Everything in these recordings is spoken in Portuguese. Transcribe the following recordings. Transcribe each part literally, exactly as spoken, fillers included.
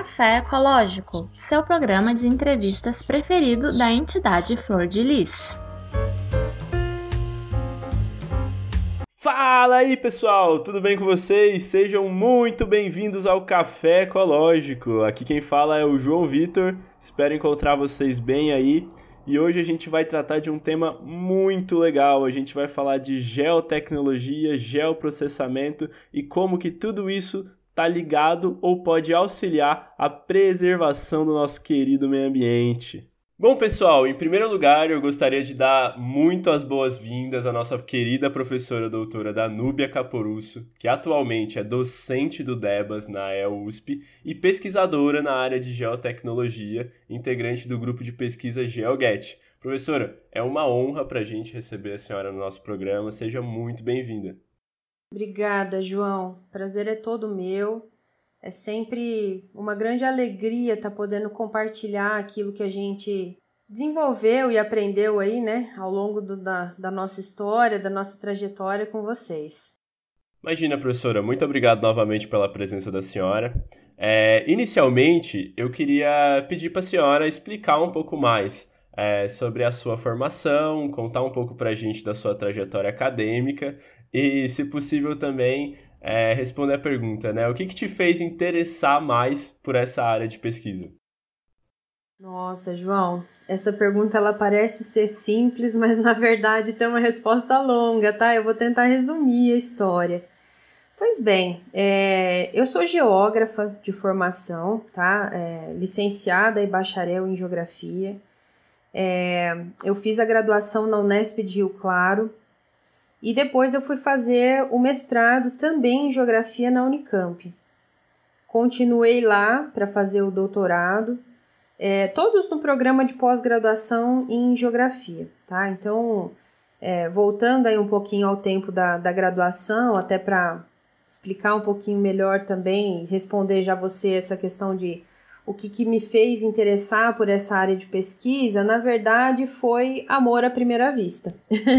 Café Ecológico, seu programa de entrevistas preferido da entidade Flor de Lis. Fala aí, pessoal, tudo bem com vocês? Sejam muito bem-vindos ao Café Ecológico. Aqui quem fala é o João Vitor, espero encontrar vocês bem aí. E hoje a gente vai tratar de um tema muito legal. A gente vai falar de geotecnologia, geoprocessamento e como que tudo isso está ligado ou pode auxiliar a preservação do nosso querido meio ambiente. Bom, pessoal, em primeiro lugar, eu gostaria de dar muito as boas-vindas à nossa querida professora doutora Danúbia Caporusso, que atualmente é docente do DEBAS na E U S P e pesquisadora na área de geotecnologia, integrante do grupo de pesquisa GeoGet. Professora, é uma honra para a gente receber a senhora no nosso programa, seja muito bem-vinda. Obrigada, João. Prazer é todo meu. É sempre uma grande alegria estar podendo compartilhar aquilo que a gente desenvolveu e aprendeu aí, né, ao longo do, da, da nossa história, da nossa trajetória com vocês. Imagina, professora, muito obrigado novamente pela presença da senhora. É, inicialmente, eu queria pedir para a senhora explicar um pouco mais é, sobre a sua formação, contar um pouco para a gente da sua trajetória acadêmica e, se possível, também é, responder a pergunta, né? O que, que te fez interessar mais por essa área de pesquisa? Nossa, João, essa pergunta ela parece ser simples, mas na verdade tem uma resposta longa, tá? Eu vou tentar resumir a história. Pois bem, é, eu sou geógrafa de formação, tá? É, licenciada e bacharel em geografia. É, eu fiz a graduação na Unesp de Rio Claro e depois eu fui fazer o mestrado também em geografia na Unicamp. Continuei lá para fazer o doutorado, é, todos no programa de pós-graduação em geografia, tá? Então, é, voltando aí um pouquinho ao tempo da, da graduação, até para explicar um pouquinho melhor também, responder já você essa questão de o que, que me fez interessar por essa área de pesquisa, na verdade foi amor à primeira vista.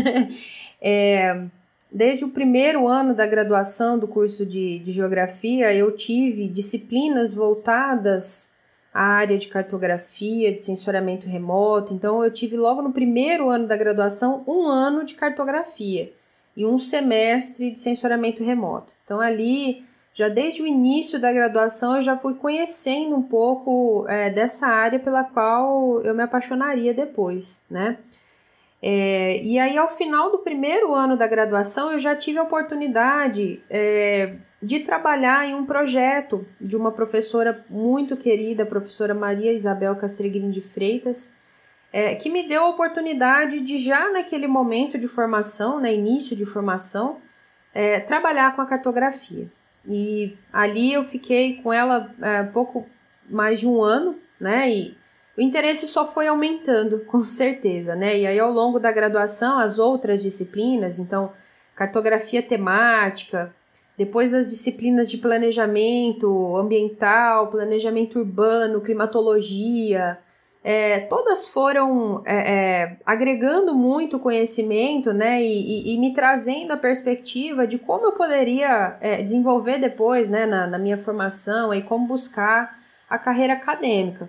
é, desde o primeiro ano da graduação do curso de, de Geografia, eu tive disciplinas voltadas à área de cartografia, de sensoriamento remoto. Então, eu tive logo no primeiro ano da graduação um ano de cartografia e um semestre de sensoriamento remoto. Então, ali, já desde o início da graduação, eu já fui conhecendo um pouco é, dessa área pela qual eu me apaixonaria depois, né? É, e aí, ao final do primeiro ano da graduação, eu já tive a oportunidade é, de trabalhar em um projeto de uma professora muito querida, a professora Maria Isabel Castregrin de Freitas, é, que me deu a oportunidade de, já naquele momento de formação, né, início de formação, é, trabalhar com a cartografia. E ali eu fiquei com ela é, pouco mais de um ano, né, e o interesse só foi aumentando, com certeza, né? E aí, ao longo da graduação, as outras disciplinas, então, cartografia temática, depois as disciplinas de planejamento ambiental, planejamento urbano, climatologia, é, todas foram é, é, agregando muito conhecimento, né? E, e, e me trazendo a perspectiva de como eu poderia é, desenvolver depois, né, na, na minha formação, e como buscar a carreira acadêmica.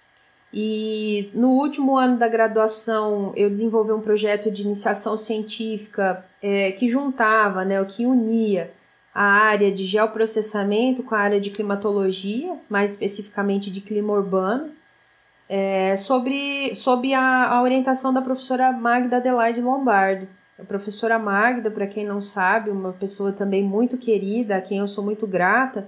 E no último ano da graduação eu desenvolvi um projeto de iniciação científica é, que juntava, né, o que unia a área de geoprocessamento com a área de climatologia, mais especificamente de clima urbano, é, sobre, sob a, a orientação da professora Magda Adelaide Lombardo. A professora Magda, para quem não sabe, uma pessoa também muito querida, a quem eu sou muito grata,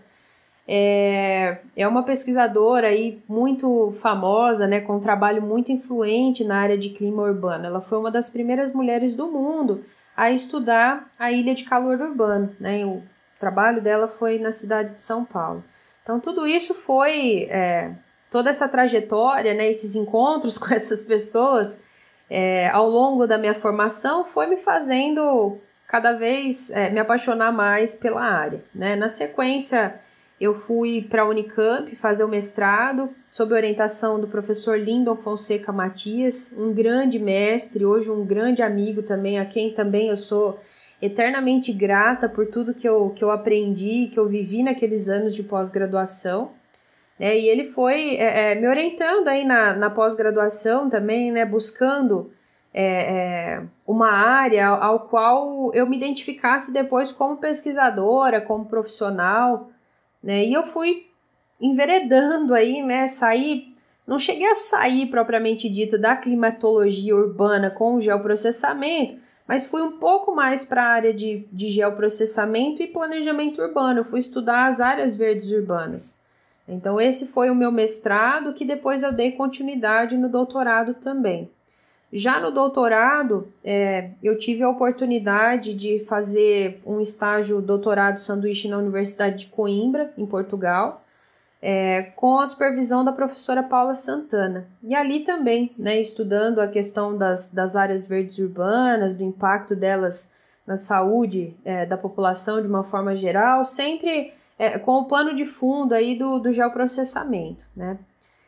É, é uma pesquisadora aí muito famosa, né, com um trabalho muito influente na área de clima urbano. Ela foi uma das primeiras mulheres do mundo a estudar a ilha de calor urbano, né? O trabalho dela foi na cidade de São Paulo. Então, tudo isso foi, é, toda essa trajetória, né, esses encontros com essas pessoas é, ao longo da minha formação foi me fazendo cada vez é, me apaixonar mais pela área, né? Na sequência, eu fui para a Unicamp fazer o mestrado sob orientação do professor Lindon Fonseca Matias, um grande mestre, hoje um grande amigo também, a quem também eu sou eternamente grata por tudo que eu, que eu aprendi, que eu vivi naqueles anos de pós-graduação. né? E ele foi é, é, me orientando aí na, na pós-graduação também, né? Buscando é, é, uma área ao, ao qual eu me identificasse depois como pesquisadora, como profissional, né? E eu fui enveredando aí, né? Saí, não cheguei a sair propriamente dito da climatologia urbana com o geoprocessamento, mas fui um pouco mais para a área de, de geoprocessamento e planejamento urbano. Eu fui estudar as áreas verdes urbanas. Então, esse foi o meu mestrado, que depois eu dei continuidade no doutorado também. Já no doutorado, é, eu tive a oportunidade de fazer um estágio doutorado sanduíche na Universidade de Coimbra, em Portugal, é, com a supervisão da professora Paula Santana. E ali também, né, estudando a questão das, das áreas verdes urbanas, do impacto delas na saúde é, da população de uma forma geral, sempre é, com o plano de fundo aí do, do geoprocessamento, né?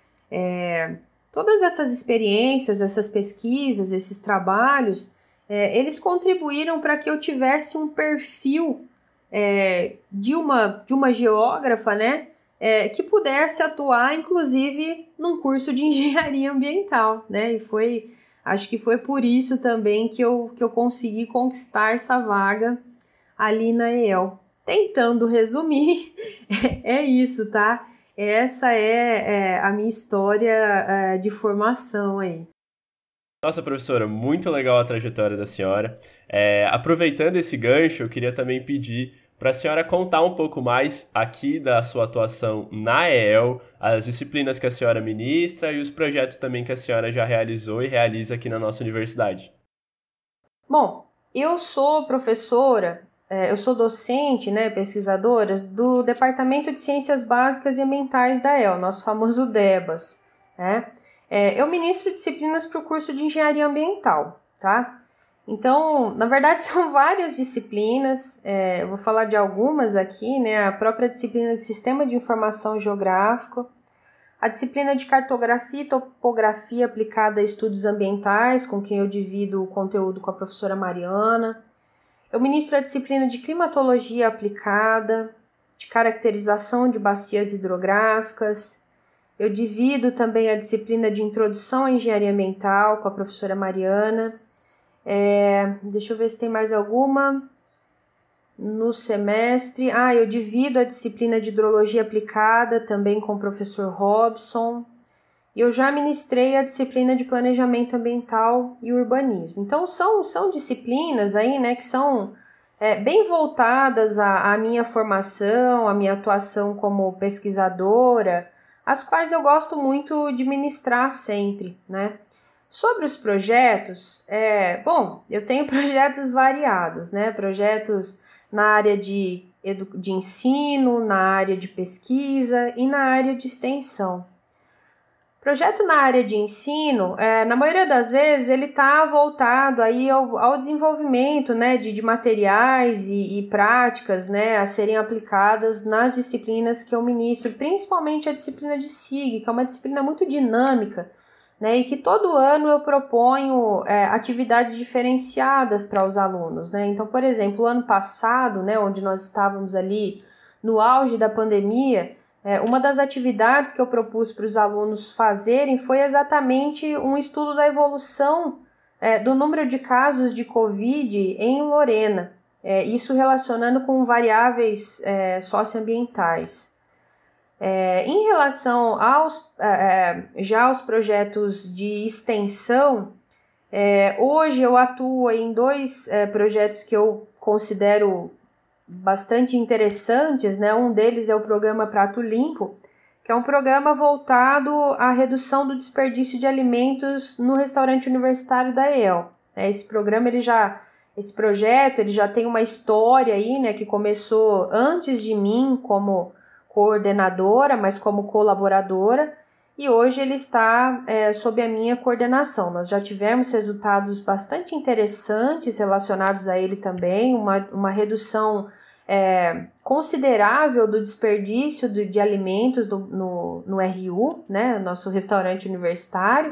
É, todas essas experiências, essas pesquisas, esses trabalhos, é, eles contribuíram para que eu tivesse um perfil é, de, uma, de uma geógrafa, né? É, que pudesse atuar, inclusive, num curso de engenharia ambiental, né? E foi, acho que foi por isso também que eu, que eu consegui conquistar essa vaga ali na E E L. Tentando resumir, é isso, tá? Essa é, é a minha história é, de formação aí. Nossa, professora, muito legal a trajetória da senhora. É, aproveitando esse gancho, eu queria também pedir para a senhora contar um pouco mais aqui da sua atuação na E E L, as disciplinas que a senhora ministra e os projetos também que a senhora já realizou e realiza aqui na nossa universidade. Bom, eu sou professora, eu sou docente, né, pesquisadora do Departamento de Ciências Básicas e Ambientais da E E L, nosso famoso DEBAS, né? Eu ministro disciplinas para o curso de Engenharia Ambiental, tá? Então, na verdade, são várias disciplinas, é, eu vou falar de algumas aqui, né? A própria disciplina de Sistema de Informação Geográfico, a disciplina de Cartografia e Topografia aplicada a estudos ambientais, com quem eu divido o conteúdo com a professora Mariana. Eu ministro a disciplina de Climatologia aplicada, de Caracterização de Bacias Hidrográficas. Eu divido também a disciplina de Introdução à Engenharia Ambiental com a professora Mariana. É, deixa eu ver se tem mais alguma no semestre. Ah, eu divido a disciplina de Hidrologia Aplicada também com o professor Robson. E eu já ministrei a disciplina de Planejamento Ambiental e Urbanismo. Então, são, são disciplinas aí, né, que são é, bem voltadas à, à minha formação, à minha atuação como pesquisadora, as quais eu gosto muito de ministrar sempre, né? Sobre os projetos, é, bom, eu tenho projetos variados, né? Projetos na área de, de ensino, na área de pesquisa e na área de extensão. Projeto na área de ensino, é, na maioria das vezes, ele está voltado aí ao, ao desenvolvimento, né, de, de materiais e, e práticas, né, a serem aplicadas nas disciplinas que eu ministro, principalmente a disciplina de S I G, que é uma disciplina muito dinâmica, né, e que todo ano eu proponho é, atividades diferenciadas para os alunos, né? Então, por exemplo, o ano passado, né, onde nós estávamos ali no auge da pandemia, é, uma das atividades que eu propus para os alunos fazerem foi exatamente um estudo da evolução é, do número de casos de Covid em Lorena, é, isso relacionando com variáveis é, socioambientais. É, em relação aos, é, já aos projetos de extensão, é, hoje eu atuo em dois é, projetos que eu considero bastante interessantes, né? Um deles é o programa Prato Limpo, que é um programa voltado à redução do desperdício de alimentos no restaurante universitário da E E L. Esse programa, ele já, esse projeto, ele já tem uma história aí, né? Que começou antes de mim como coordenadora, mas como colaboradora, e hoje ele está é, sob a minha coordenação. Nós já tivemos resultados bastante interessantes relacionados a ele também, uma, uma redução é, considerável do desperdício de, de alimentos do, no, no R U, né, nosso restaurante universitário,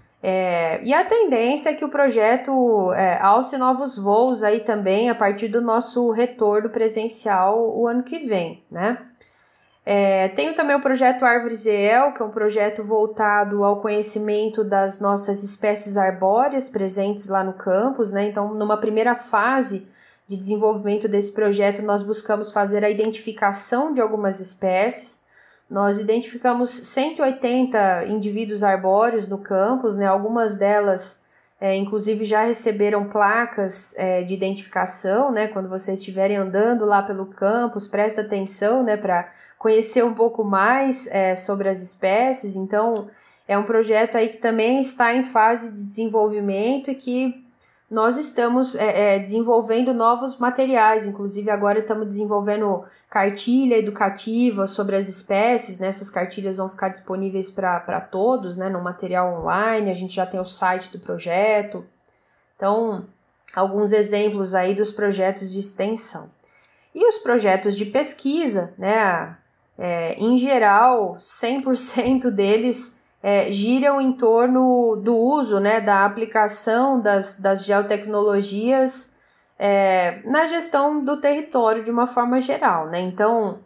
é, e a tendência é que o projeto é, alce novos voos aí também a partir do nosso retorno presencial o ano que vem, né? É, tenho também o projeto Árvores-E-El, que é um projeto voltado ao conhecimento das nossas espécies arbóreas presentes lá no campus, né? Então, numa primeira fase de desenvolvimento desse projeto, nós buscamos fazer a identificação de algumas espécies. Nós identificamos cento e oitenta indivíduos arbóreos no campus, né? Algumas delas, é, inclusive, já receberam placas é, de identificação, né? Quando vocês estiverem andando lá pelo campus, presta atenção, né? Para conhecer um pouco mais é, sobre as espécies. Então, é um projeto aí que também está em fase de desenvolvimento e que nós estamos é, é, desenvolvendo novos materiais. Inclusive, agora estamos desenvolvendo cartilha educativa sobre as espécies, né? Essas cartilhas vão ficar disponíveis para todos, né? No material online. A gente já tem o site do projeto. Então, alguns exemplos aí dos projetos de extensão. E os projetos de pesquisa, né? É, em geral, cem por cento deles é, giram em torno do uso, né, da aplicação das, das geotecnologias é, na gestão do território de uma forma geral, né? Então,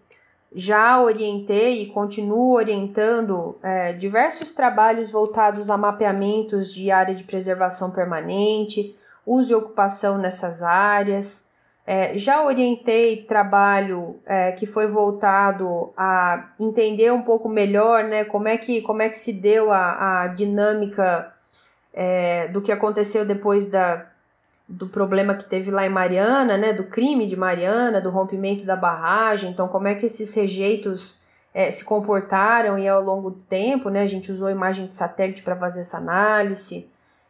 já orientei e continuo orientando é, diversos trabalhos voltados a mapeamentos de área de preservação permanente, uso e ocupação nessas áreas. É, já orientei trabalho é, que foi voltado a entender um pouco melhor, né, como é que, como é que se deu a, a dinâmica é, do que aconteceu depois da, do problema que teve lá em Mariana, né, do crime de Mariana, do rompimento da barragem. Então, como é que esses rejeitos é, se comportaram e ao longo do tempo, né, a gente usou imagem de satélite para fazer essa análise.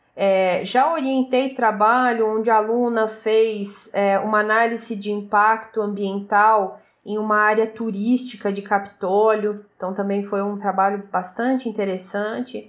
É, já orientei trabalho onde a aluna fez é, uma análise de impacto ambiental em uma área turística de Capitólio, então também foi um trabalho bastante interessante.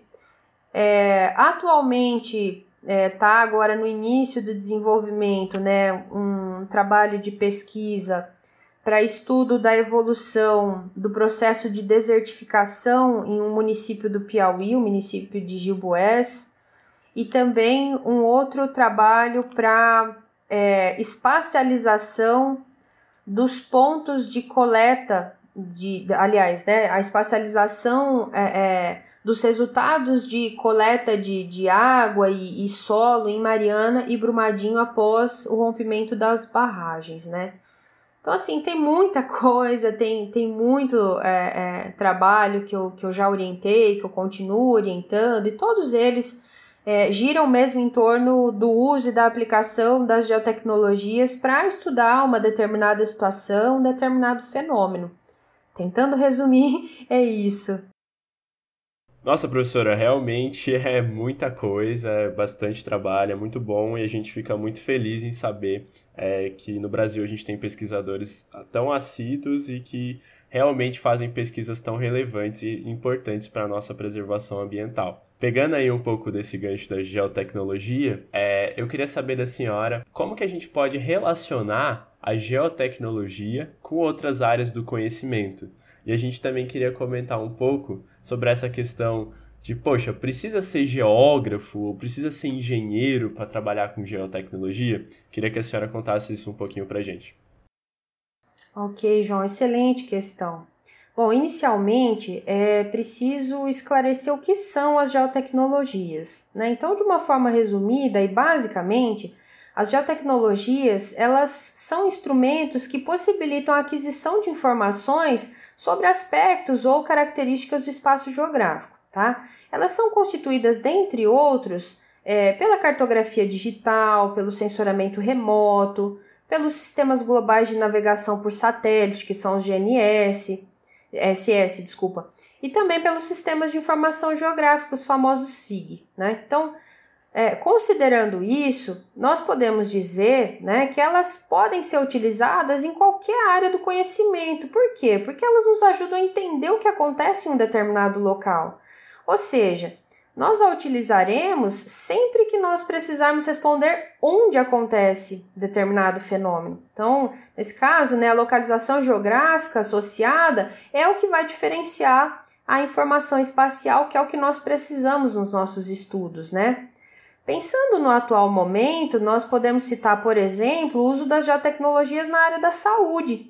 É, atualmente está é, agora no início do desenvolvimento, né, um trabalho de pesquisa para estudo da evolução do processo de desertificação em um município do Piauí, o município de Gilboés, e também um outro trabalho para é, espacialização dos pontos de coleta, de, aliás, né, a espacialização é, é, dos resultados de coleta de, de água e, e solo em Mariana e Brumadinho após o rompimento das barragens, né? Então, assim, tem muita coisa, tem, tem muito é, é, trabalho que eu, que eu já orientei, que eu continuo orientando, e todos eles É, giram mesmo em torno do uso e da aplicação das geotecnologias para estudar uma determinada situação, um determinado fenômeno. Tentando resumir, é isso. Nossa, professora, realmente é muita coisa, é bastante trabalho, é muito bom e a gente fica muito feliz em saber é, que no Brasil a gente tem pesquisadores tão assíduos e que realmente fazem pesquisas tão relevantes e importantes para a nossa preservação ambiental. Pegando aí um pouco desse gancho da geotecnologia, é, eu queria saber da senhora como que a gente pode relacionar a geotecnologia com outras áreas do conhecimento. E a gente também queria comentar um pouco sobre essa questão de, poxa, precisa ser geógrafo ou precisa ser engenheiro para trabalhar com geotecnologia? Queria que a senhora contasse isso um pouquinho para a gente. Ok, João, excelente questão. Bom, inicialmente é preciso esclarecer o que são as geotecnologias, né? Então, de uma forma resumida e basicamente, as geotecnologias, elas são instrumentos que possibilitam a aquisição de informações sobre aspectos ou características do espaço geográfico, tá? Elas são constituídas, dentre outros, é, pela cartografia digital, pelo sensoramento remoto, pelos sistemas globais de navegação por satélite, que são os G N S, S S, desculpa, e também pelos sistemas de informação geográfica, os famosos S I G, né? Então, é, considerando isso, nós podemos dizer, né, que elas podem ser utilizadas em qualquer área do conhecimento. Por quê? Porque elas nos ajudam a entender o que acontece em um determinado local. Ou seja, nós a utilizaremos sempre que nós precisarmos responder onde acontece determinado fenômeno. Então, nesse caso, né, a localização geográfica associada é o que vai diferenciar a informação espacial, que é o que nós precisamos nos nossos estudos, né? Pensando no atual momento, nós podemos citar, por exemplo, o uso das geotecnologias na área da saúde.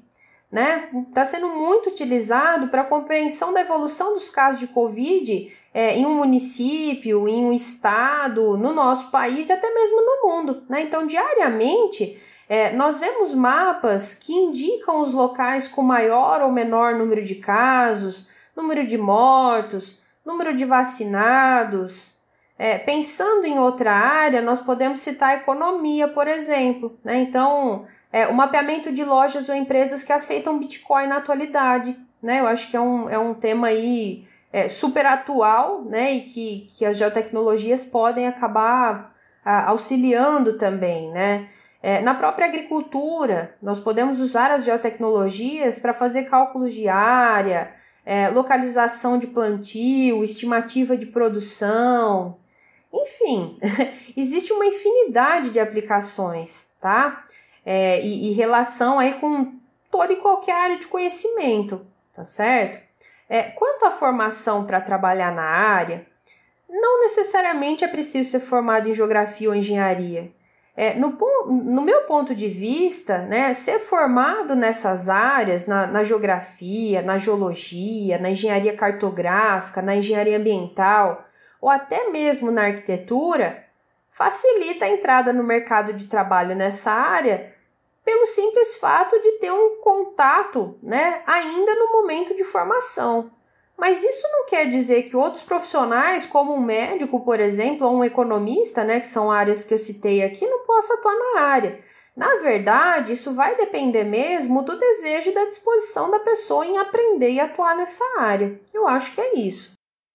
né? Está sendo muito utilizado para a compreensão da evolução dos casos de Covid é, em um município, em um estado, no nosso país e até mesmo no mundo, né? Então, diariamente, é, nós vemos mapas que indicam os locais com maior ou menor número de casos, número de mortos, número de vacinados. É, pensando em outra área, nós podemos citar a economia, por exemplo, né? Então, é, o mapeamento de lojas ou empresas que aceitam Bitcoin na atualidade, né? Eu acho que é um, é um tema aí é, super atual, né? E que, que as geotecnologias podem acabar a, auxiliando também, né? É, na própria agricultura, nós podemos usar as geotecnologias para fazer cálculos de área, é, localização de plantio, estimativa de produção, enfim, existe uma infinidade de aplicações, tá? É, e, e relação aí com toda e qualquer área de conhecimento, tá certo? É, quanto à formação para trabalhar na área, não necessariamente é preciso ser formado em geografia ou engenharia. É, no, no meu ponto de vista, né, ser formado nessas áreas, na, na geografia, na geologia, na engenharia cartográfica, na engenharia ambiental, ou até mesmo na arquitetura, facilita a entrada no mercado de trabalho nessa área pelo simples fato de ter um contato, né, ainda no momento de formação. Mas isso não quer dizer que outros profissionais, como um médico, por exemplo, ou um economista, né, que são áreas que eu citei aqui, não possam atuar na área. Na verdade, isso vai depender mesmo do desejo e da disposição da pessoa em aprender e atuar nessa área. Eu acho que é isso.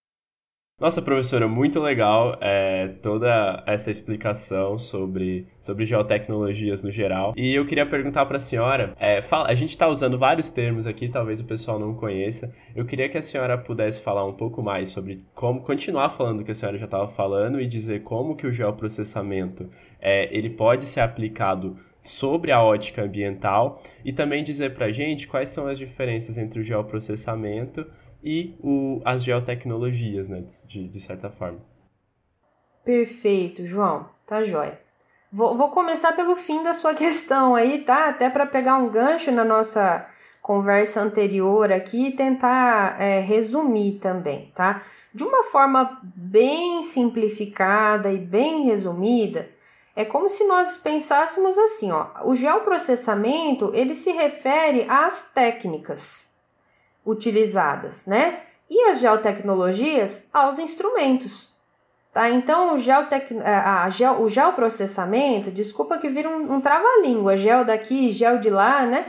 Nossa, professora, muito legal é, toda essa explicação sobre, sobre geotecnologias no geral. E eu queria perguntar para a senhora, é, fala, a gente está usando vários termos aqui, talvez o pessoal não conheça. Eu queria que a senhora pudesse falar um pouco mais sobre como, continuar falando o que a senhora já estava falando e dizer como que o geoprocessamento é, ele pode ser aplicado sobre a ótica ambiental e também dizer para a gente quais são as diferenças entre o geoprocessamento e o, as geotecnologias, né, de, de certa forma. Perfeito, João. Tá joia. Vou, vou começar pelo fim da sua questão aí, tá? Até para pegar um gancho na nossa conversa anterior aqui e tentar é, resumir também, tá? De uma forma bem simplificada e bem resumida, é como se nós pensássemos assim, ó, o geoprocessamento, ele se refere às técnicas utilizadas, né? E as geotecnologias aos instrumentos, tá? Então, o, geotec... a, a, geo... o geoprocessamento, desculpa que vira um, um trava-língua, geo daqui, geo de lá, né?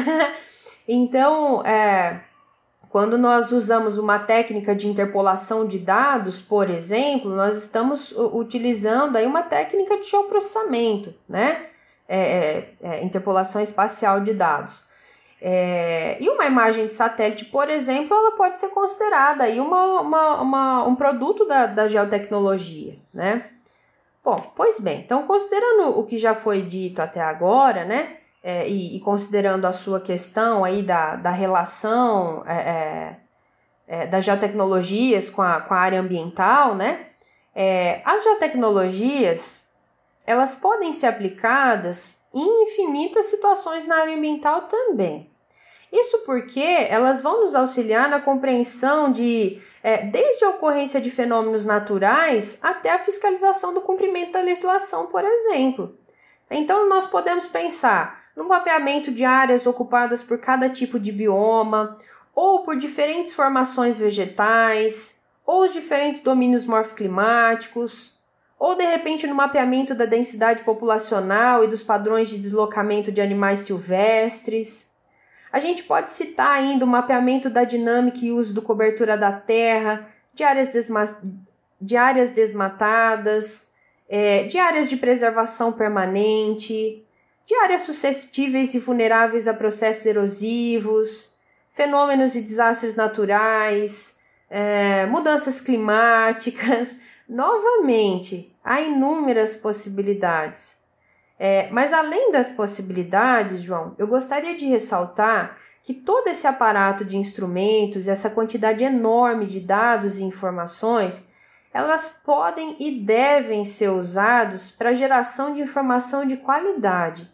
Então, é... quando nós usamos uma técnica de interpolação de dados, por exemplo, nós estamos utilizando aí uma técnica de geoprocessamento, né? É, é, é, interpolação espacial de dados. É, e uma imagem de satélite, por exemplo, ela pode ser considerada aí uma, uma, uma, um produto da, da geotecnologia, né? Bom, pois bem, então considerando o que já foi dito até agora, né? É, e, e considerando a sua questão aí da, da relação é, é, das geotecnologias com a, com a área ambiental, né? É, as geotecnologias, elas podem ser aplicadas em infinitas situações na área ambiental também. Isso porque elas vão nos auxiliar na compreensão de, é, desde a ocorrência de fenômenos naturais até a fiscalização do cumprimento da legislação, por exemplo. Então, nós podemos pensar no mapeamento de áreas ocupadas por cada tipo de bioma, ou por diferentes formações vegetais, ou os diferentes domínios morfoclimáticos, ou de repente no mapeamento da densidade populacional e dos padrões de deslocamento de animais silvestres. A gente pode citar ainda o mapeamento da dinâmica e uso do cobertura da terra, de áreas, desma- de áreas desmatadas, é, de áreas de preservação permanente, de áreas suscetíveis e vulneráveis a processos erosivos, fenômenos e desastres naturais, é, mudanças climáticas. Novamente, há inúmeras possibilidades. É, mas além das possibilidades, João, eu gostaria de ressaltar que todo esse aparato de instrumentos, essa quantidade enorme de dados e informações, elas podem e devem ser usados para a geração de informação de qualidade,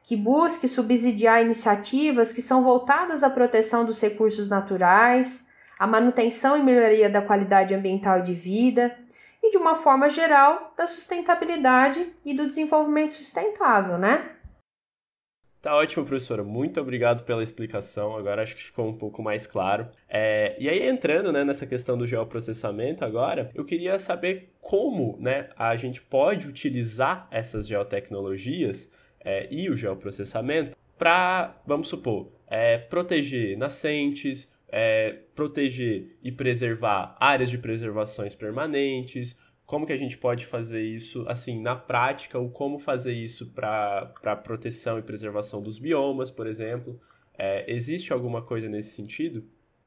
que busque subsidiar iniciativas que são voltadas à proteção dos recursos naturais, à manutenção e melhoria da qualidade ambiental e de vida e, de uma forma geral, da sustentabilidade e do desenvolvimento sustentável, né? Tá ótimo, professora. Muito obrigado pela explicação. Agora acho que ficou um pouco mais claro. É, e aí, entrando, né, nessa questão do geoprocessamento agora, eu queria saber como, né, a gente pode utilizar essas geotecnologias é, e o geoprocessamento para, vamos supor, é, proteger nascentes, é, proteger e preservar áreas de preservações permanentes. Como que a gente pode fazer isso, assim, na prática, ou como fazer isso para a proteção e preservação dos biomas, por exemplo? É, existe alguma coisa nesse sentido?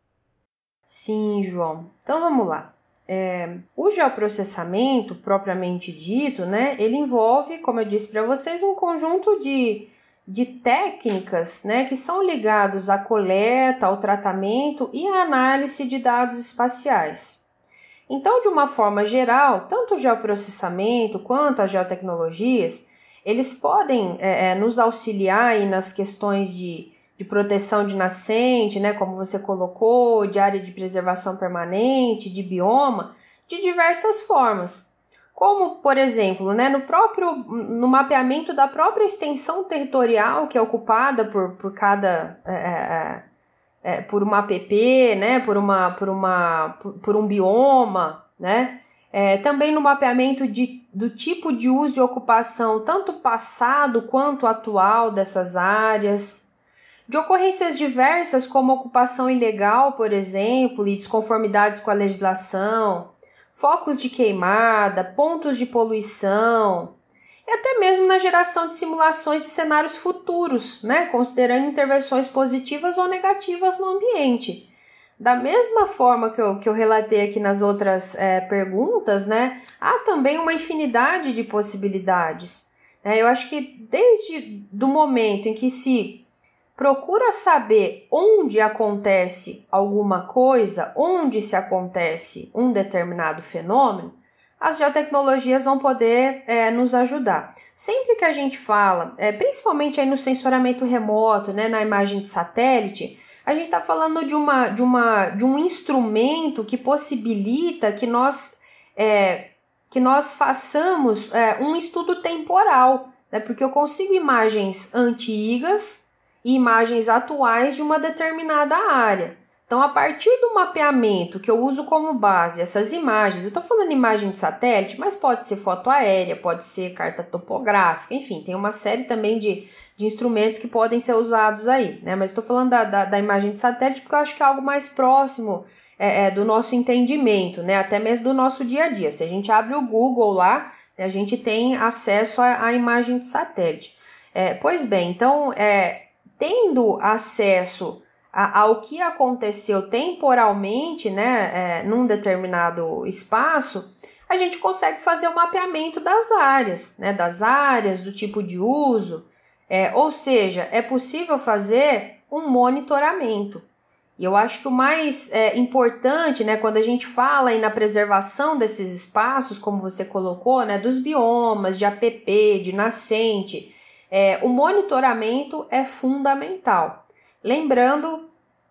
Sim, João. Então, vamos lá. É, o geoprocessamento, propriamente dito, né, ele envolve, como eu disse para vocês, um conjunto de, de técnicas, né, que são ligados à coleta, ao tratamento e à análise de dados espaciais. Então, de uma forma geral, tanto o geoprocessamento quanto as geotecnologias, eles podem é, nos auxiliar aí nas questões de, de proteção de nascente, né, como você colocou, de área de preservação permanente, de bioma, de diversas formas. Como, por exemplo, né, no próprio no mapeamento da própria extensão territorial que é ocupada por, por cada... É, é, É, por uma A P P, né, por, uma, por, uma, por, por um bioma, né, é, também no mapeamento de, do tipo de uso e ocupação, tanto passado quanto atual dessas áreas, de ocorrências diversas como ocupação ilegal, por exemplo, e desconformidades com a legislação, focos de queimada, pontos de poluição, e até mesmo na geração de simulações de cenários futuros, né, considerando intervenções positivas ou negativas no ambiente. Da mesma forma que eu, que eu relatei aqui nas outras é, perguntas, né, há também uma infinidade de possibilidades. É, eu acho que desde o momento em que se procura saber onde acontece alguma coisa, onde se acontece um determinado fenômeno, as geotecnologias vão poder é, nos ajudar. Sempre que a gente fala, é, principalmente aí no sensoramento remoto, né, na imagem de satélite, a gente está falando de, uma, de, uma, de um instrumento que possibilita que nós, é, que nós façamos é, um estudo temporal, né, porque eu consigo imagens antigas e imagens atuais de uma determinada área. Então, a partir do mapeamento que eu uso como base essas imagens, eu estou falando imagem de satélite, mas pode ser foto aérea, pode ser carta topográfica, enfim, tem uma série também de, de instrumentos que podem ser usados aí, né? Mas estou falando da, da, da imagem de satélite porque eu acho que é algo mais próximo é, é, do nosso entendimento, né? Até mesmo do nosso dia a dia. Se a gente abre o Google lá, a gente tem acesso à, à imagem de satélite. É, pois bem, então, é, tendo acesso ao que aconteceu temporalmente, né, é, num determinado espaço, a gente consegue fazer o mapeamento das áreas, né, das áreas, do tipo de uso, é, ou seja, é possível fazer um monitoramento. E eu acho que o mais é, importante, né, quando a gente fala aí na preservação desses espaços, como você colocou, né, dos biomas, de A P P, de nascente, é, o monitoramento é fundamental. Lembrando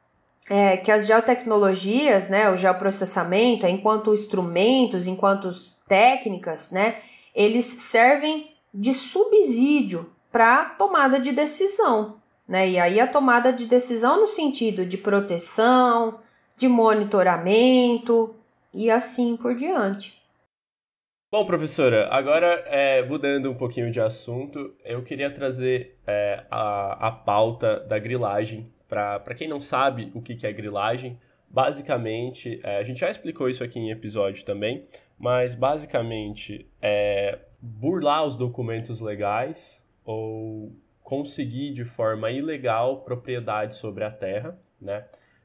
é, que as geotecnologias, né, o geoprocessamento, enquanto instrumentos, enquanto técnicas, né, eles servem de subsídio para a tomada de decisão, né? E aí a tomada de decisão no sentido de proteção, de monitoramento e assim por diante. Bom, professora, agora é, mudando um pouquinho de assunto, eu queria trazer é, a, a pauta da grilagem. Para quem não sabe o que, que é grilagem, basicamente, é, a gente já explicou isso aqui em episódio também, mas basicamente é burlar os documentos legais ou conseguir de forma ilegal propriedade sobre a terra, né?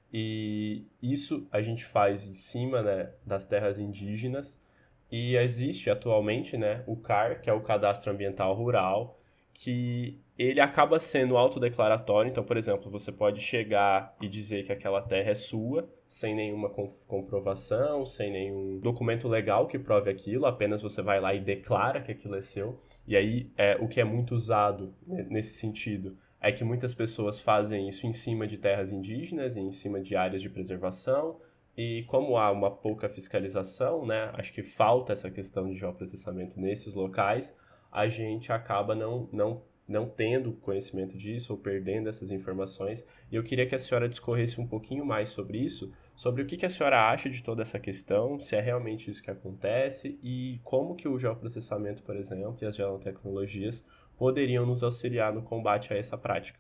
E isso a gente faz em cima, né, das terras indígenas. E existe atualmente, né, o C A R, que é o Cadastro Ambiental Rural, que ele acaba sendo autodeclaratório. Então, por exemplo, você pode chegar e dizer que aquela terra é sua, sem nenhuma comprovação, sem nenhum documento legal que prove aquilo, apenas você vai lá e declara que aquilo é seu. E aí, é, o que é muito usado nesse sentido é que muitas pessoas fazem isso em cima de terras indígenas, em cima de áreas de preservação, e como há uma pouca fiscalização, né, acho que falta essa questão de geoprocessamento nesses locais, a gente acaba não, não, não tendo conhecimento disso ou perdendo essas informações. E eu queria que a senhora discorresse um pouquinho mais sobre isso, sobre o que, que a senhora acha de toda essa questão, se é realmente isso que acontece e como que o geoprocessamento, por exemplo, e as geotecnologias poderiam nos auxiliar no combate a essa prática.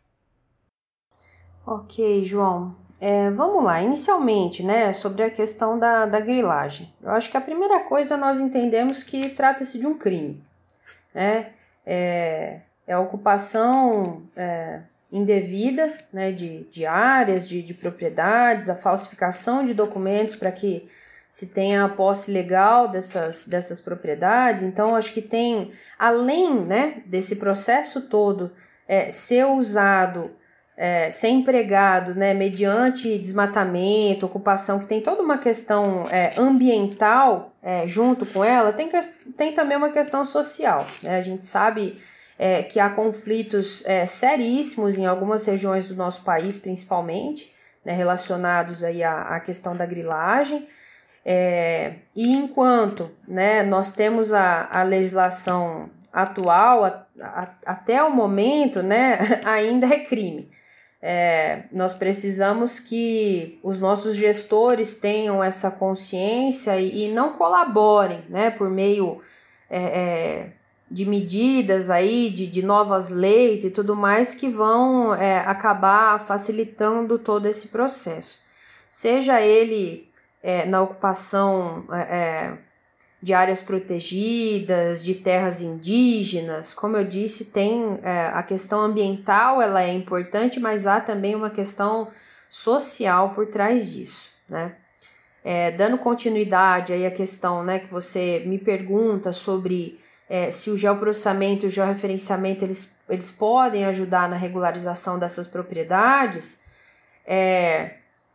Ok, João. É, vamos lá. Inicialmente, né, sobre a questão da, da grilagem. Eu acho que a primeira coisa nós entendemos que trata-se de um crime, né? É, é a ocupação é, indevida, né, de, de áreas, de, de propriedades, a falsificação de documentos para que se tenha a posse legal dessas, dessas propriedades. Então, acho que tem, além, né, desse processo todo é, ser usado, é, ser empregado, né, mediante desmatamento, ocupação, que tem toda uma questão é, ambiental é, junto com ela, tem, que, tem também uma questão social, né? A gente sabe é, que há conflitos é, seríssimos em algumas regiões do nosso país, principalmente, né, relacionados aí à, à questão da grilagem. É, e enquanto, né, nós temos a, a legislação atual, a, a, até o momento, né, ainda é crime. É, nós precisamos que os nossos gestores tenham essa consciência e, e não colaborem, né, por meio é, é, de medidas aí, de, de novas leis e tudo mais que vão é, acabar facilitando todo esse processo. Seja ele É, na ocupação é, de áreas protegidas, de terras indígenas. Como eu disse, tem é, a questão ambiental, ela é importante, mas há também uma questão social por trás disso, né? É, dando continuidade aí à questão, né, que você me pergunta sobre é, se o geoprocessamento e o georreferenciamento eles, eles podem ajudar na regularização dessas propriedades, é,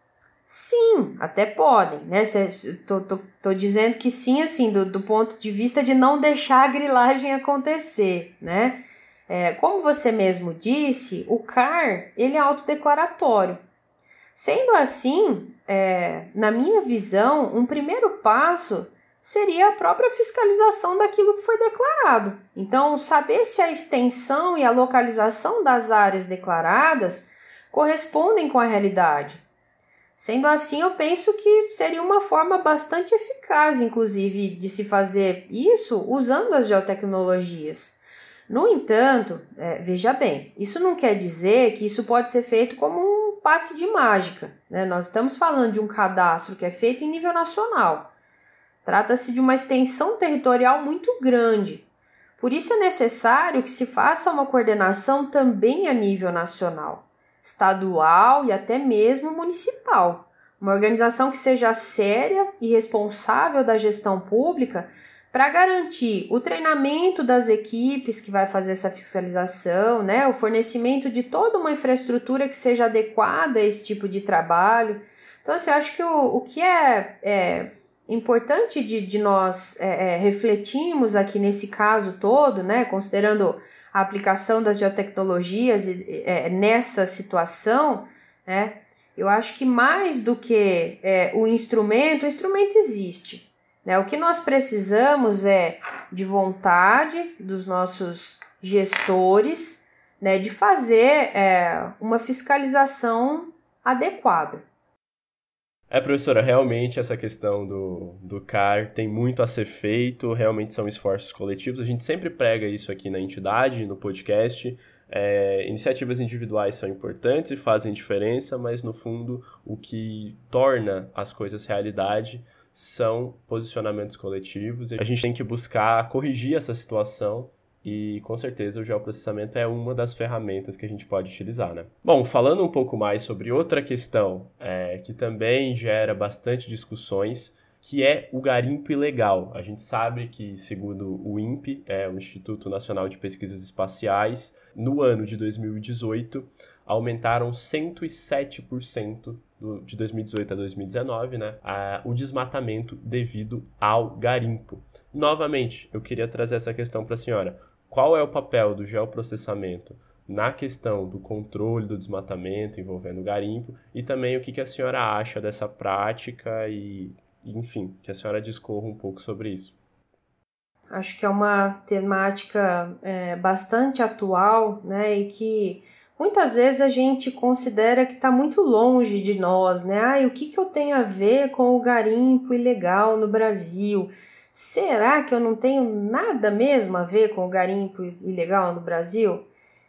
sim, até podem, né? Tô, tô, tô dizendo que sim, assim, do, do ponto de vista de não deixar a grilagem acontecer, né? É, como você mesmo disse, o C A R, ele é autodeclaratório. Sendo assim, é, na minha visão, um primeiro passo seria a própria fiscalização daquilo que foi declarado. Então, saber se a extensão e a localização das áreas declaradas correspondem com a realidade. Sendo assim, eu penso que seria uma forma bastante eficaz, inclusive, de se fazer isso usando as geotecnologias. No entanto, é, veja bem, isso não quer dizer que isso pode ser feito como um passe de mágica, né? Nós estamos falando de um cadastro que é feito em nível nacional. Trata-se de uma extensão territorial muito grande. Por isso é necessário que se faça uma coordenação também a nível nacional, estadual e até mesmo municipal. Uma organização que seja séria e responsável da gestão pública para garantir o treinamento das equipes que vai fazer essa fiscalização, né, o fornecimento de toda uma infraestrutura que seja adequada a esse tipo de trabalho. Então, assim, eu acho que o, o que é, é importante de, de nós é, é, refletirmos aqui nesse caso todo, né, considerando a aplicação das geotecnologias é, nessa situação, né, eu acho que mais do que é, o instrumento, o instrumento existe, né? O que nós precisamos é de vontade dos nossos gestores, né, de fazer é, uma fiscalização adequada. É, professora, realmente essa questão do, do C A R tem muito a ser feito, realmente são esforços coletivos, a gente sempre prega isso aqui na entidade, no podcast. É, iniciativas individuais são importantes e fazem diferença, mas no fundo o que torna as coisas realidade são posicionamentos coletivos. A gente tem que buscar corrigir essa situação e com certeza o geoprocessamento é uma das ferramentas que a gente pode utilizar, né? Bom, falando um pouco mais sobre outra questão é, que também gera bastante discussões, que é o garimpo ilegal. A gente sabe que, segundo o INPE, é o Instituto Nacional de Pesquisas Espaciais, no ano de dois mil e dezoito, aumentaram cento e sete por cento do, de dois mil e dezoito a dois mil e dezenove, né, a, o desmatamento devido ao garimpo. Novamente, eu queria trazer essa questão para a senhora. Qual é o papel do geoprocessamento na questão do controle do desmatamento envolvendo o garimpo e também o que, que a senhora acha dessa prática e, enfim, que a senhora discorra um pouco sobre isso. Acho que é uma temática é, bastante atual, né, e que muitas vezes a gente considera que está muito longe de nós, né? Ah, e o que, que eu tenho a ver com o garimpo ilegal no Brasil? Será que eu não tenho nada mesmo a ver com o garimpo ilegal no Brasil?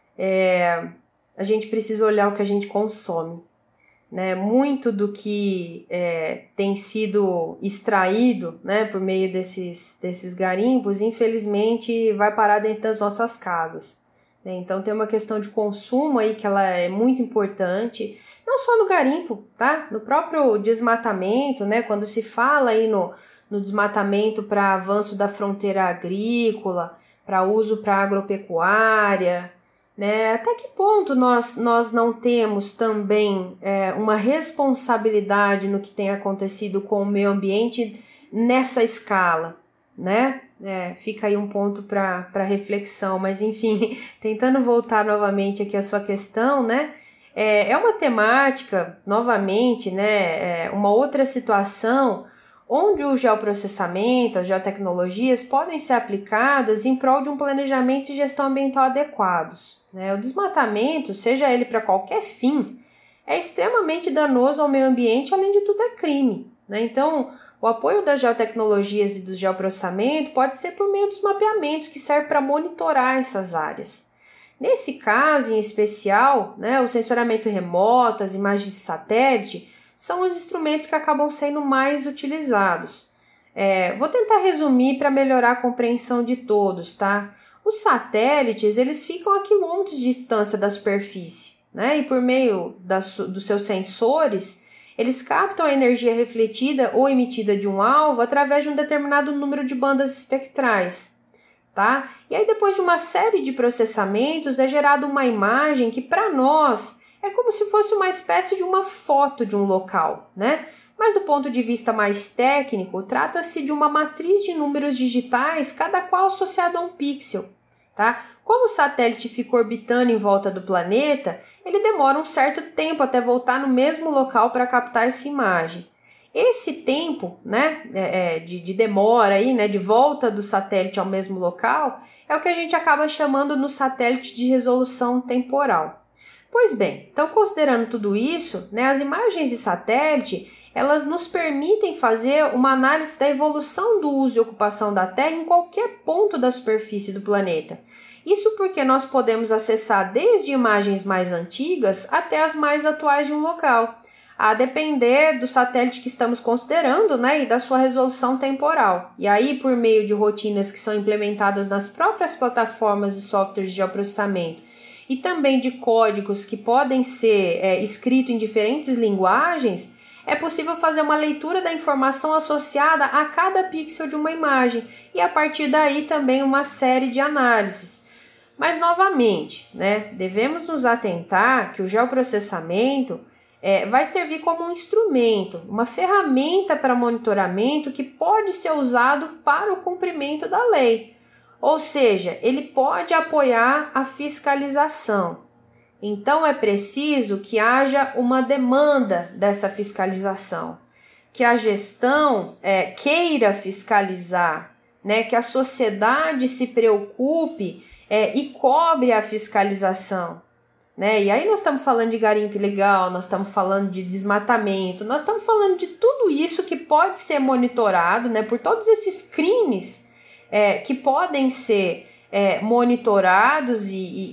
É, a gente precisa olhar o que a gente consome, né? Muito do que é, tem sido extraído, né, por meio desses, desses garimpos, infelizmente vai parar dentro das nossas casas, né? Então tem uma questão de consumo aí que ela é muito importante, não só no garimpo, tá? No próprio desmatamento, né? Quando se fala aí no, no desmatamento para avanço da fronteira agrícola, para uso para agropecuária, né? Até que ponto nós, nós não temos também é, uma responsabilidade no que tem acontecido com o meio ambiente nessa escala, né? É, fica aí um ponto para reflexão, mas enfim, tentando voltar novamente aqui à sua questão, né? É, é uma temática, novamente, né? É uma outra situação onde o geoprocessamento, as geotecnologias podem ser aplicadas em prol de um planejamento e gestão ambiental adequados, né? O desmatamento, seja ele para qualquer fim, é extremamente danoso ao meio ambiente, além de tudo é crime, né? Então, o apoio das geotecnologias e do geoprocessamento pode ser por meio dos mapeamentos que servem para monitorar essas áreas. Nesse caso, em especial, né, o sensoriamento remoto, as imagens de satélite, são os instrumentos que acabam sendo mais utilizados. É, vou tentar resumir para melhorar a compreensão de todos, tá? Os satélites, eles ficam a quilômetros de distância da superfície, né? E por meio das, dos seus sensores, eles captam a energia refletida ou emitida de um alvo através de um determinado número de bandas espectrais, tá? E aí, depois de uma série de processamentos, é gerada uma imagem que, para nós, é como se fosse uma espécie de uma foto de um local, né? Mas do ponto de vista mais técnico, trata-se de uma matriz de números digitais, cada qual associado a um pixel, tá? Como o satélite fica orbitando em volta do planeta, ele demora um certo tempo até voltar no mesmo local para captar essa imagem. Esse tempo, né, é, de, de demora aí, né, de volta do satélite ao mesmo local, é o que a gente acaba chamando no satélite de resolução temporal. Pois bem, então considerando tudo isso, né, as imagens de satélite, elas nos permitem fazer uma análise da evolução do uso e ocupação da Terra em qualquer ponto da superfície do planeta. Isso porque nós podemos acessar desde imagens mais antigas até as mais atuais de um local, a depender do satélite que estamos considerando, né, e da sua resolução temporal. E aí, por meio de rotinas que são implementadas nas próprias plataformas de softwares de geoprocessamento, e também de códigos que podem ser é, escritos em diferentes linguagens, é possível fazer uma leitura da informação associada a cada pixel de uma imagem e a partir daí também uma série de análises. Mas novamente, né, devemos nos atentar que o geoprocessamento é, vai servir como um instrumento, uma ferramenta para monitoramento que pode ser usado para o cumprimento da lei. Ou seja, ele pode apoiar a fiscalização. Então, é preciso que haja uma demanda dessa fiscalização, que a gestão é, queira fiscalizar, né, que a sociedade se preocupe é, e cobre a fiscalização. Né? E aí nós estamos falando de garimpo ilegal, nós estamos falando de desmatamento, nós estamos falando de tudo isso que pode ser monitorado, né, por todos esses crimes É, que podem ser é, monitorados e,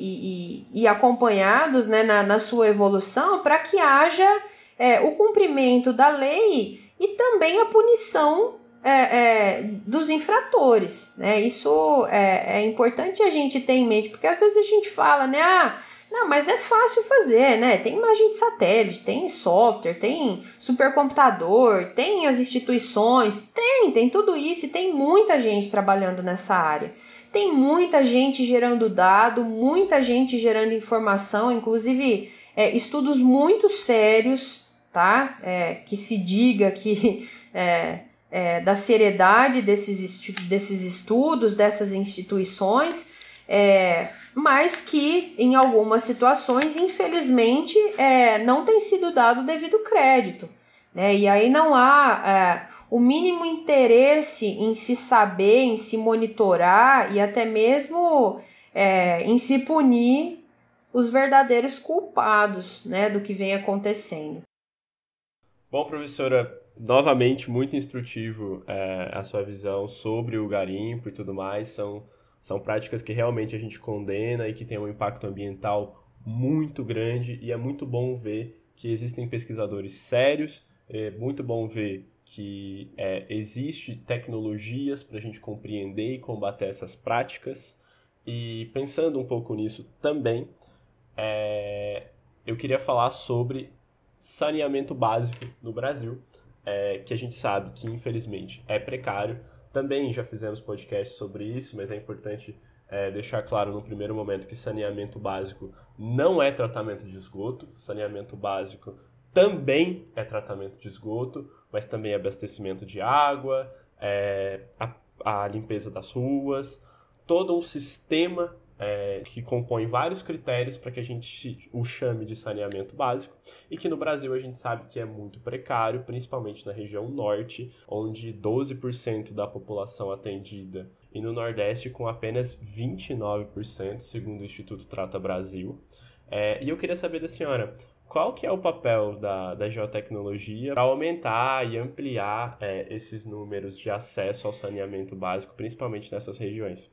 e, e, e acompanhados, né, na, na sua evolução para que haja é, o cumprimento da lei e também a punição é, é, dos infratores, né? Isso é, é importante a gente ter em mente, porque às vezes a gente fala, né, ah, Não, mas é fácil fazer, né? Tem imagem de satélite, tem software, tem supercomputador, tem as instituições, tem, tem tudo isso e tem muita gente trabalhando nessa área. Tem muita gente gerando dado, muita gente gerando informação, inclusive é, estudos muito sérios, tá? É, que se diga que é, é, da seriedade desses, desses estudos, dessas instituições, é, mas que em algumas situações, infelizmente, é, não tem sido dado o devido crédito, né? E aí não há é, o mínimo interesse em se saber, em se monitorar e até mesmo é, em se punir os verdadeiros culpados, né, do que vem acontecendo. Bom, professora, novamente muito instrutivo é, a sua visão sobre o garimpo e tudo mais. São, são práticas que realmente a gente condena e que têm um impacto ambiental muito grande, e é muito bom ver que existem pesquisadores sérios, é muito bom ver que é, existe tecnologias para a gente compreender e combater essas práticas. E pensando um pouco nisso também, é, eu queria falar sobre saneamento básico no Brasil, é, que a gente sabe que infelizmente é precário. Também já fizemos podcast sobre isso, mas é importante é, deixar claro no primeiro momento que saneamento básico não é tratamento de esgoto. Saneamento básico também é tratamento de esgoto, mas também é abastecimento de água, é, a, a limpeza das ruas, todo um sistema é, que compõe vários critérios para que a gente o chame de saneamento básico, e que no Brasil a gente sabe que é muito precário, principalmente na região norte, onde doze por cento da população atendida, e no Nordeste com apenas vinte e nove por cento, segundo o Instituto Trata Brasil. É, e eu queria saber da senhora, qual que é o papel da, da geotecnologia para aumentar e ampliar é, esses números de acesso ao saneamento básico, principalmente nessas regiões?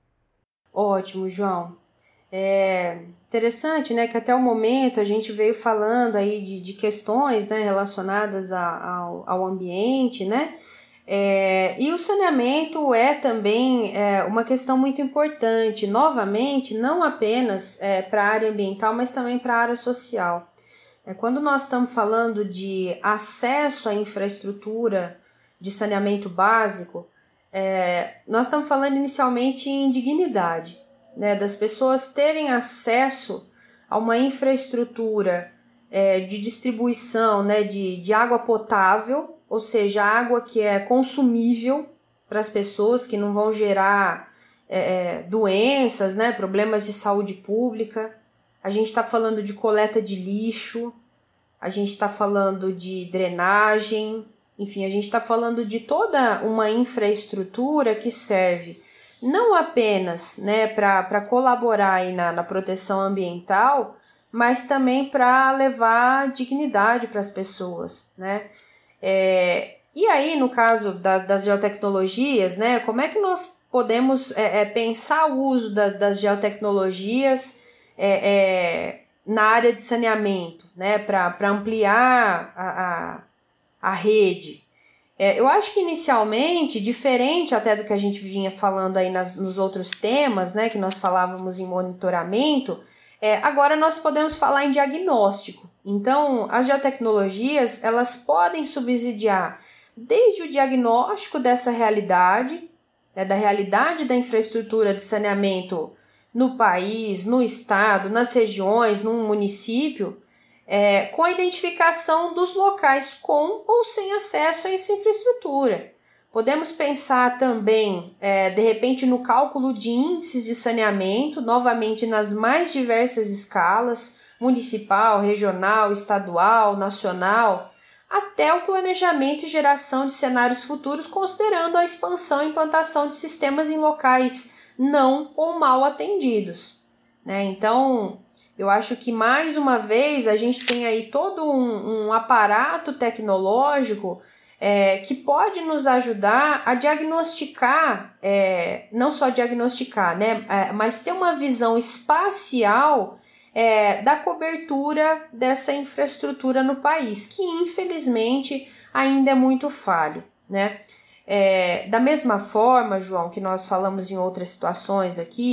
Ótimo, João. É interessante, né, que até o momento a gente veio falando aí de, de questões, né, relacionadas a, ao, ao ambiente, né, é, e o saneamento é também é, uma questão muito importante, novamente, não apenas é, para a área ambiental, mas também para a área social. É, quando nós estamos falando de acesso à infraestrutura de saneamento básico, é, nós estamos falando inicialmente em dignidade, né, das pessoas terem acesso a uma infraestrutura é, de distribuição, né, de, de água potável, ou seja, água que é consumível para as pessoas, que não vão gerar é, doenças, né, problemas de saúde pública. A gente está falando de coleta de lixo, a gente está falando de drenagem, enfim, a gente está falando de toda uma infraestrutura que serve não apenas, né, para colaborar aí na, na proteção ambiental, mas também para levar dignidade para as pessoas, né? É, e aí, no caso da, das geotecnologias, né, como é que nós podemos é, é, pensar o uso da, das geotecnologias é, é, na área de saneamento, né, para ampliar a, a, a rede? É, eu acho que inicialmente, diferente até do que a gente vinha falando aí nas, nos outros temas, né, que nós falávamos em monitoramento, é, agora nós podemos falar em diagnóstico. Então, as geotecnologias, elas podem subsidiar desde o diagnóstico dessa realidade, né, da realidade da infraestrutura de saneamento no país, no estado, nas regiões, num município, É, com a identificação dos locais com ou sem acesso a essa infraestrutura. Podemos pensar também, é, de repente, no cálculo de índices de saneamento, novamente nas mais diversas escalas, municipal, regional, estadual, nacional, até o planejamento e geração de cenários futuros, considerando a expansão e implantação de sistemas em locais não ou mal atendidos, né? Então, eu acho que, mais uma vez, a gente tem aí todo um, um aparato tecnológico é, que pode nos ajudar a diagnosticar, é, não só diagnosticar, né, é, mas ter uma visão espacial é, da cobertura dessa infraestrutura no país, que infelizmente ainda é muito falho, né? É, da mesma forma, João, que nós falamos em outras situações aqui,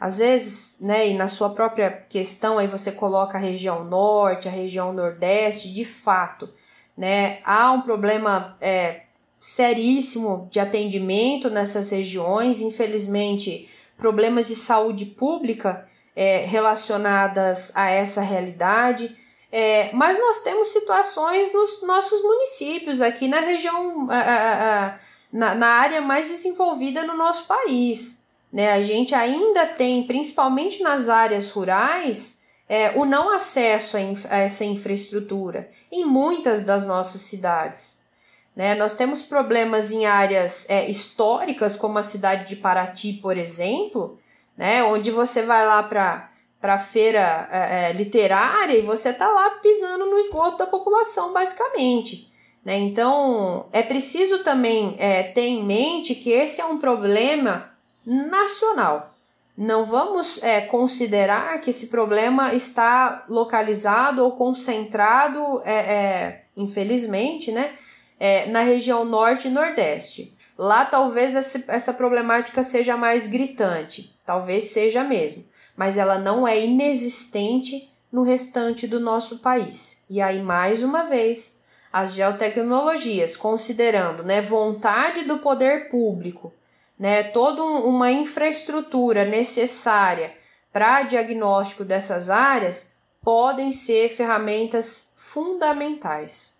Às vezes, né, e na sua própria questão, aí você coloca a região norte, a região nordeste, de fato, né, há um problema é, seríssimo de atendimento nessas regiões, infelizmente, problemas de saúde pública é, relacionadas a essa realidade. É, mas nós temos situações nos nossos municípios, aqui na região, a, a, a, na, na área mais desenvolvida no nosso país, né? A gente ainda tem, principalmente nas áreas rurais, é, o não acesso a, a essa infraestrutura em muitas das nossas cidades, né? Nós temos problemas em áreas é, históricas, como a cidade de Paraty, por exemplo, né? Onde você vai lá para para a feira é, literária e você está lá pisando no esgoto da população, basicamente, né? Então, é preciso também é, ter em mente que esse é um problema nacional. Não vamos é, considerar que esse problema está localizado ou concentrado, é, é, infelizmente, né, é, na região norte e nordeste. Lá talvez essa, essa problemática seja mais gritante, talvez seja mesmo, mas ela não é inexistente no restante do nosso país. E aí, mais uma vez, as geotecnologias, considerando, né, vontade do poder público, né, toda uma infraestrutura necessária para diagnóstico dessas áreas, podem ser ferramentas fundamentais.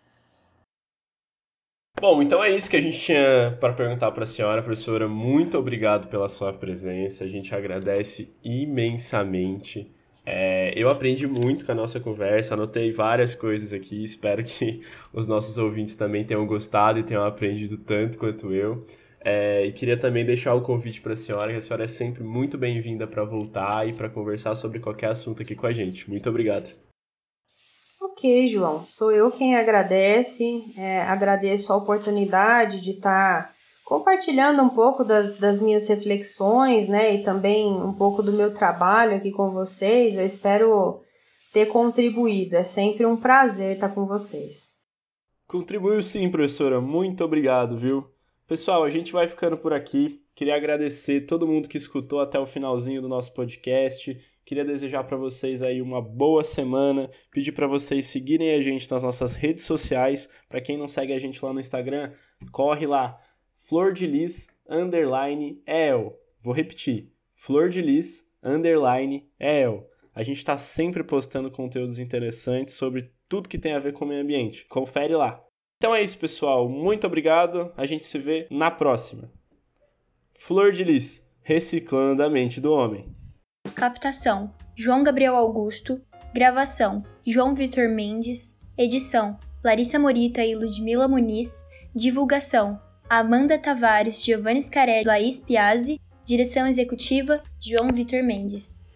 Bom, então é isso que a gente tinha para perguntar para a senhora. Professora, muito obrigado pela sua presença, a gente agradece imensamente. É, eu aprendi muito com a nossa conversa, anotei várias coisas aqui, espero que os nossos ouvintes também tenham gostado e tenham aprendido tanto quanto eu. É, e queria também deixar o convite para a senhora, que a senhora é sempre muito bem-vinda para voltar e para conversar sobre qualquer assunto aqui com a gente. Muito obrigado. Ok, João, sou eu quem agradece, é, agradeço a oportunidade de estar tá compartilhando um pouco das, das minhas reflexões, né, e também um pouco do meu trabalho aqui com vocês. Eu espero ter contribuído, é sempre um prazer estar com vocês. Contribuiu sim, professora, muito obrigado, viu? Pessoal, a gente vai ficando por aqui. Queria agradecer todo mundo que escutou até o finalzinho do nosso podcast. Queria desejar para vocês aí uma boa semana. Pedir para vocês seguirem a gente nas nossas redes sociais. Para quem não segue a gente lá no Instagram, corre lá. Flor de Lis, underline, El. Vou repetir. Flor de Lis, underline, El. A gente está sempre postando conteúdos interessantes sobre tudo que tem a ver com o meio ambiente. Confere lá. Então é isso, pessoal. Muito obrigado. A gente se vê na próxima. Flor de Lis, reciclando a mente do homem. Captação: João Gabriel Augusto. Gravação: João Vitor Mendes. Edição: Larissa Morita e Ludmila Muniz. Divulgação: Amanda Tavares, Giovanni Scarelli, Laís Piazzi. Direção executiva: João Vitor Mendes.